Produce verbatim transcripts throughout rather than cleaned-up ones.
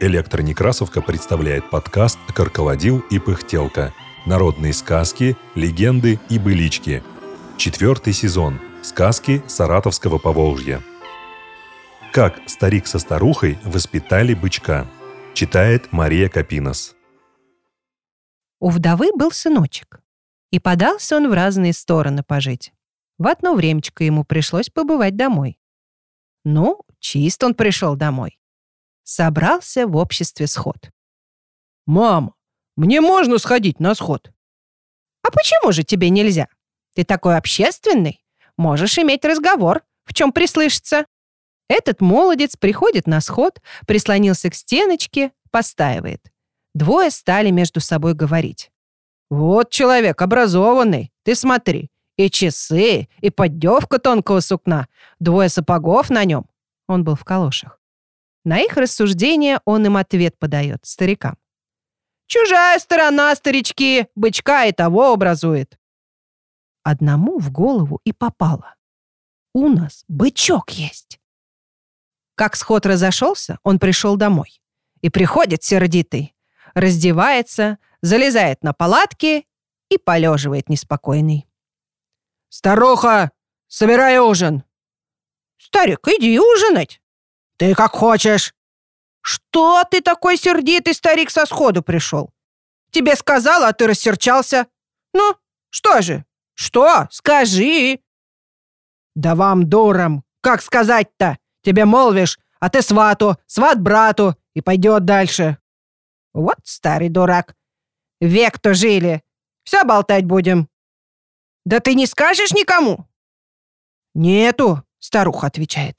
Электронекрасовка представляет подкаст «Карколодил и пыхтелка. Народные сказки, легенды и былички». Четвертый сезон. Сказки Саратовского Поволжья. Как старик со старухой воспитали бычка. Читает Мария Капинос. У вдовы был сыночек, и подался он в разные стороны пожить. В одно времечко ему пришлось побывать домой. Ну, чист он пришел домой. Собрался в обществе сход. «Мама, мне можно сходить на сход?» «А почему же тебе нельзя? Ты такой общественный, можешь иметь разговор, в чем прислышится». Этот молодец приходит на сход, прислонился к стеночке, постаивает. Двое стали между собой говорить. «Вот человек образованный, ты смотри, и часы, и поддевка тонкого сукна, двое сапогов на нем». Он был в калошах. На их рассуждение он им ответ подает, старикам. «Чужая сторона, старички, бычка и того образует». Одному в голову и попало. У нас бычок есть. Как сход разошелся, он пришел домой. И приходит сердитый, раздевается, залезает на палатки и полеживает неспокойный. «Старуха, собирай ужин!» «Старик, иди ужинать!» «Ты как хочешь!» «Что ты такой сердитый, старик, со сходу пришел? Тебе сказала, а ты рассерчался. Ну, что же? Что? Скажи!» «Да вам, дурам, как сказать-то? Тебе молвишь, а ты свату, сват брату, и пойдет дальше». «Вот старый дурак. Век-то жили. Все болтать будем». «Да ты не скажешь никому?» «Нету», — старуха отвечает.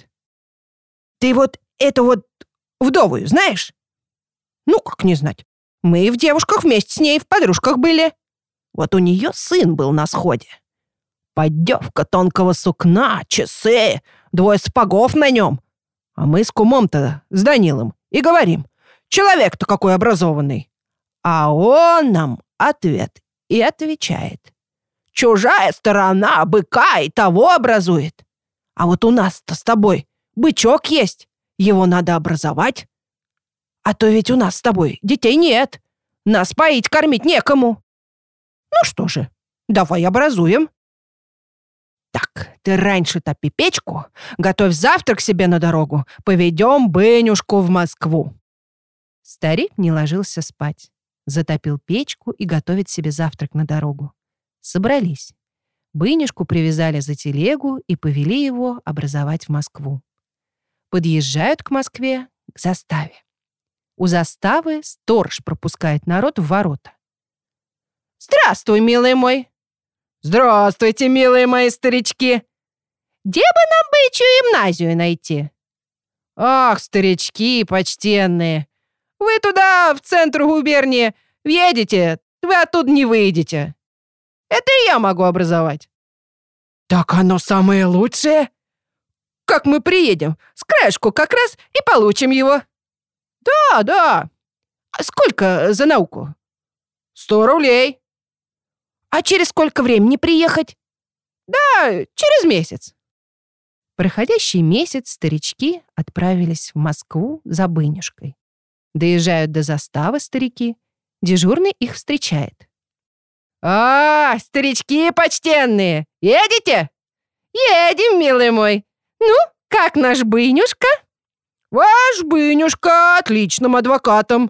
«Ты вот эту вот вдовую знаешь?» «Ну, как не знать? Мы и в девушках вместе с ней в подружках были. Вот у нее сын был на сходе. Поддевка тонкого сукна, часы, двое сапогов на нем. А мы с кумом-то, с Данилом, и говорим, человек-то какой образованный. А он нам ответ и отвечает. Чужая сторона быка и того образует. А вот у нас-то с тобой бычок есть, его надо образовать. А то ведь у нас с тобой детей нет, нас поить, кормить некому. Ну что же, давай образуем. Так, ты раньше топи печку, готовь завтрак себе на дорогу, поведем Бынюшку в Москву». Старик не ложился спать, затопил печку и готовит себе завтрак на дорогу. Собрались. Бынюшку привязали за телегу и повели его образовать в Москву. Подъезжают к Москве, к заставе. У заставы сторож пропускает народ в ворота. «Здравствуй, милый мой!» «Здравствуйте, милые мои старички!» «Где бы нам бычью гимназию найти?» «Ах, старички почтенные! Вы туда, в центр губернии, въедете, вы оттуда не выйдете. Это и я могу образовать». «Так оно самое лучшее!» «Как мы приедем, с краешку как раз и получим его». «Да, да. А сколько за науку?» «Сто рублей». «А через сколько времени приехать?» «Да, через месяц». Проходящий месяц старички отправились в Москву за Бынюшкой. Доезжают до заставы старики. Дежурный их встречает. «А, старички почтенные, едете?» «Едем, милый мой. Ну, как наш Бынюшка?» «Ваш Бынюшка отличным адвокатом».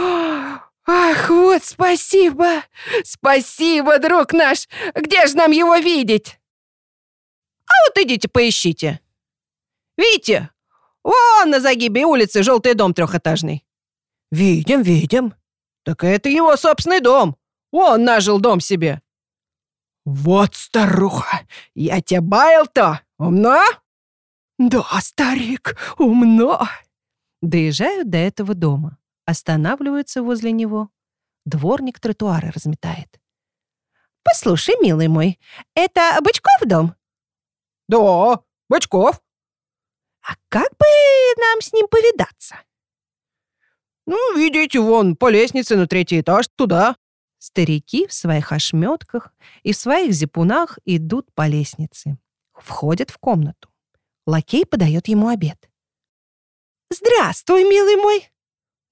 «Ах, вот спасибо! Спасибо, друг наш! Где же нам его видеть?» «А вот идите поищите. Видите? Вон на загибе улицы желтый дом трехэтажный». «Видим, видим. Так это его собственный дом. Он нажил дом себе». «Вот старуха, я тебя баял-то. Умно?» «Да, старик, умно!» Доезжают до этого дома. Останавливаются возле него. Дворник тротуары разметает. «Послушай, милый мой, это Бычков дом?» «Да, Бычков». «А как бы нам с ним повидаться?» «Ну, видите, вон по лестнице на третий этаж, туда». Старики в своих ошметках и в своих зипунах идут по лестнице. Входят в комнату. Лакей подает ему обед. «Здравствуй, милый мой!»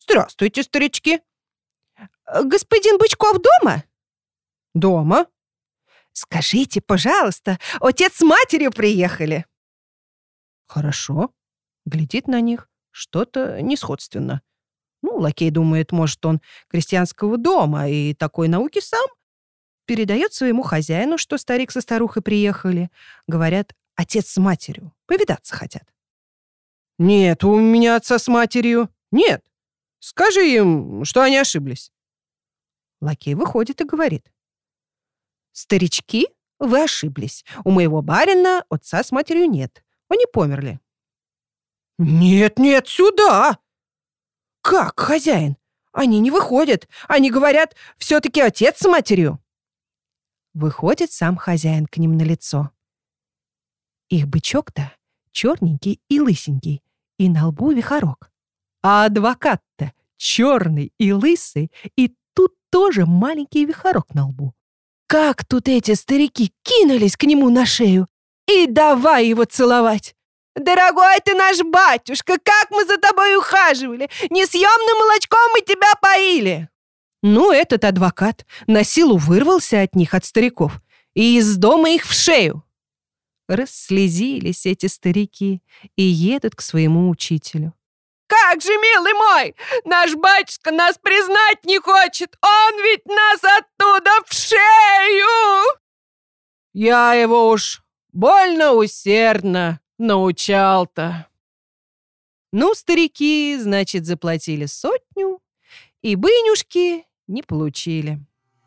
Здравствуйте, старички. Господин Бычков дома? Дома. Скажите, пожалуйста, отец с матерью приехали. Хорошо. Глядит на них. Что-то несходственно. Ну, лакей думает, может, он крестьянского дома и такой науки сам. Передает своему хозяину, что старик со старухой приехали. Говорят, отец с матерью. Повидаться хотят. Нет, у меня отца с матерью. Нет. Скажи им, что они ошиблись. Лакей выходит и говорит. Старички, вы ошиблись. У моего барина отца с матерью нет. Они померли. Нет, нет, сюда. Как, хозяин? Они не выходят. Они говорят, все-таки отец с матерью. Выходит сам хозяин к ним на лицо. Их бычок-то черненький и лысенький, и на лбу вихорок. А адвокат-то черный и лысый, и тут тоже маленький вихорок на лбу. Как тут эти старики кинулись к нему на шею и давай его целовать. «Дорогой ты наш батюшка, как мы за тобой ухаживали! Несъемным молочком мы тебя поили!» Ну, этот адвокат на силу вырвался от них, от стариков, и из дома их в шею. Расслезились эти старики и едут к своему учителю. «Как же, милый мой, наш батюшка нас признать не хочет! Он ведь нас оттуда в шею!» «Я его уж больно усердно научал-то». Ну, старики, значит, заплатили сотню, и бынюшки не получили.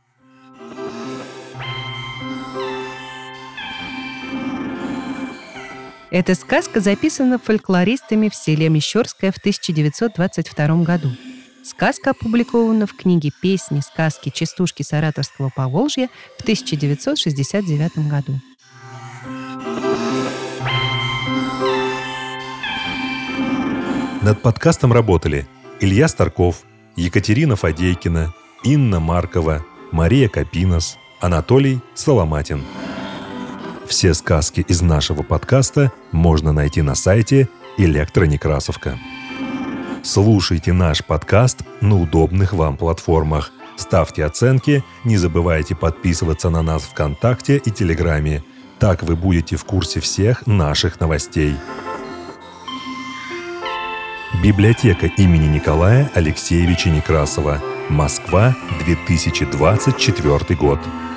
Эта сказка записана фольклористами в селе Мещерское в тысяча девятьсот двадцать втором году. Сказка опубликована в книге «Песни, сказки, частушки Саратовского Поволжья» в тысяча девятьсот шестьдесят девятом году. Над подкастом работали Илья Старков, Екатерина Фадейкина, Инна Маркова, Мария Капинос, Анатолий Соломатин. Все сказки из нашего подкаста можно найти на сайте Электронекрасовка. Слушайте наш подкаст на удобных вам платформах. Ставьте оценки, не забывайте подписываться на нас ВКонтакте и Телеграме. Так вы будете в курсе всех наших новостей. Библиотека имени Николая Алексеевича Некрасова. Москва, две тысячи двадцать четвёртый год.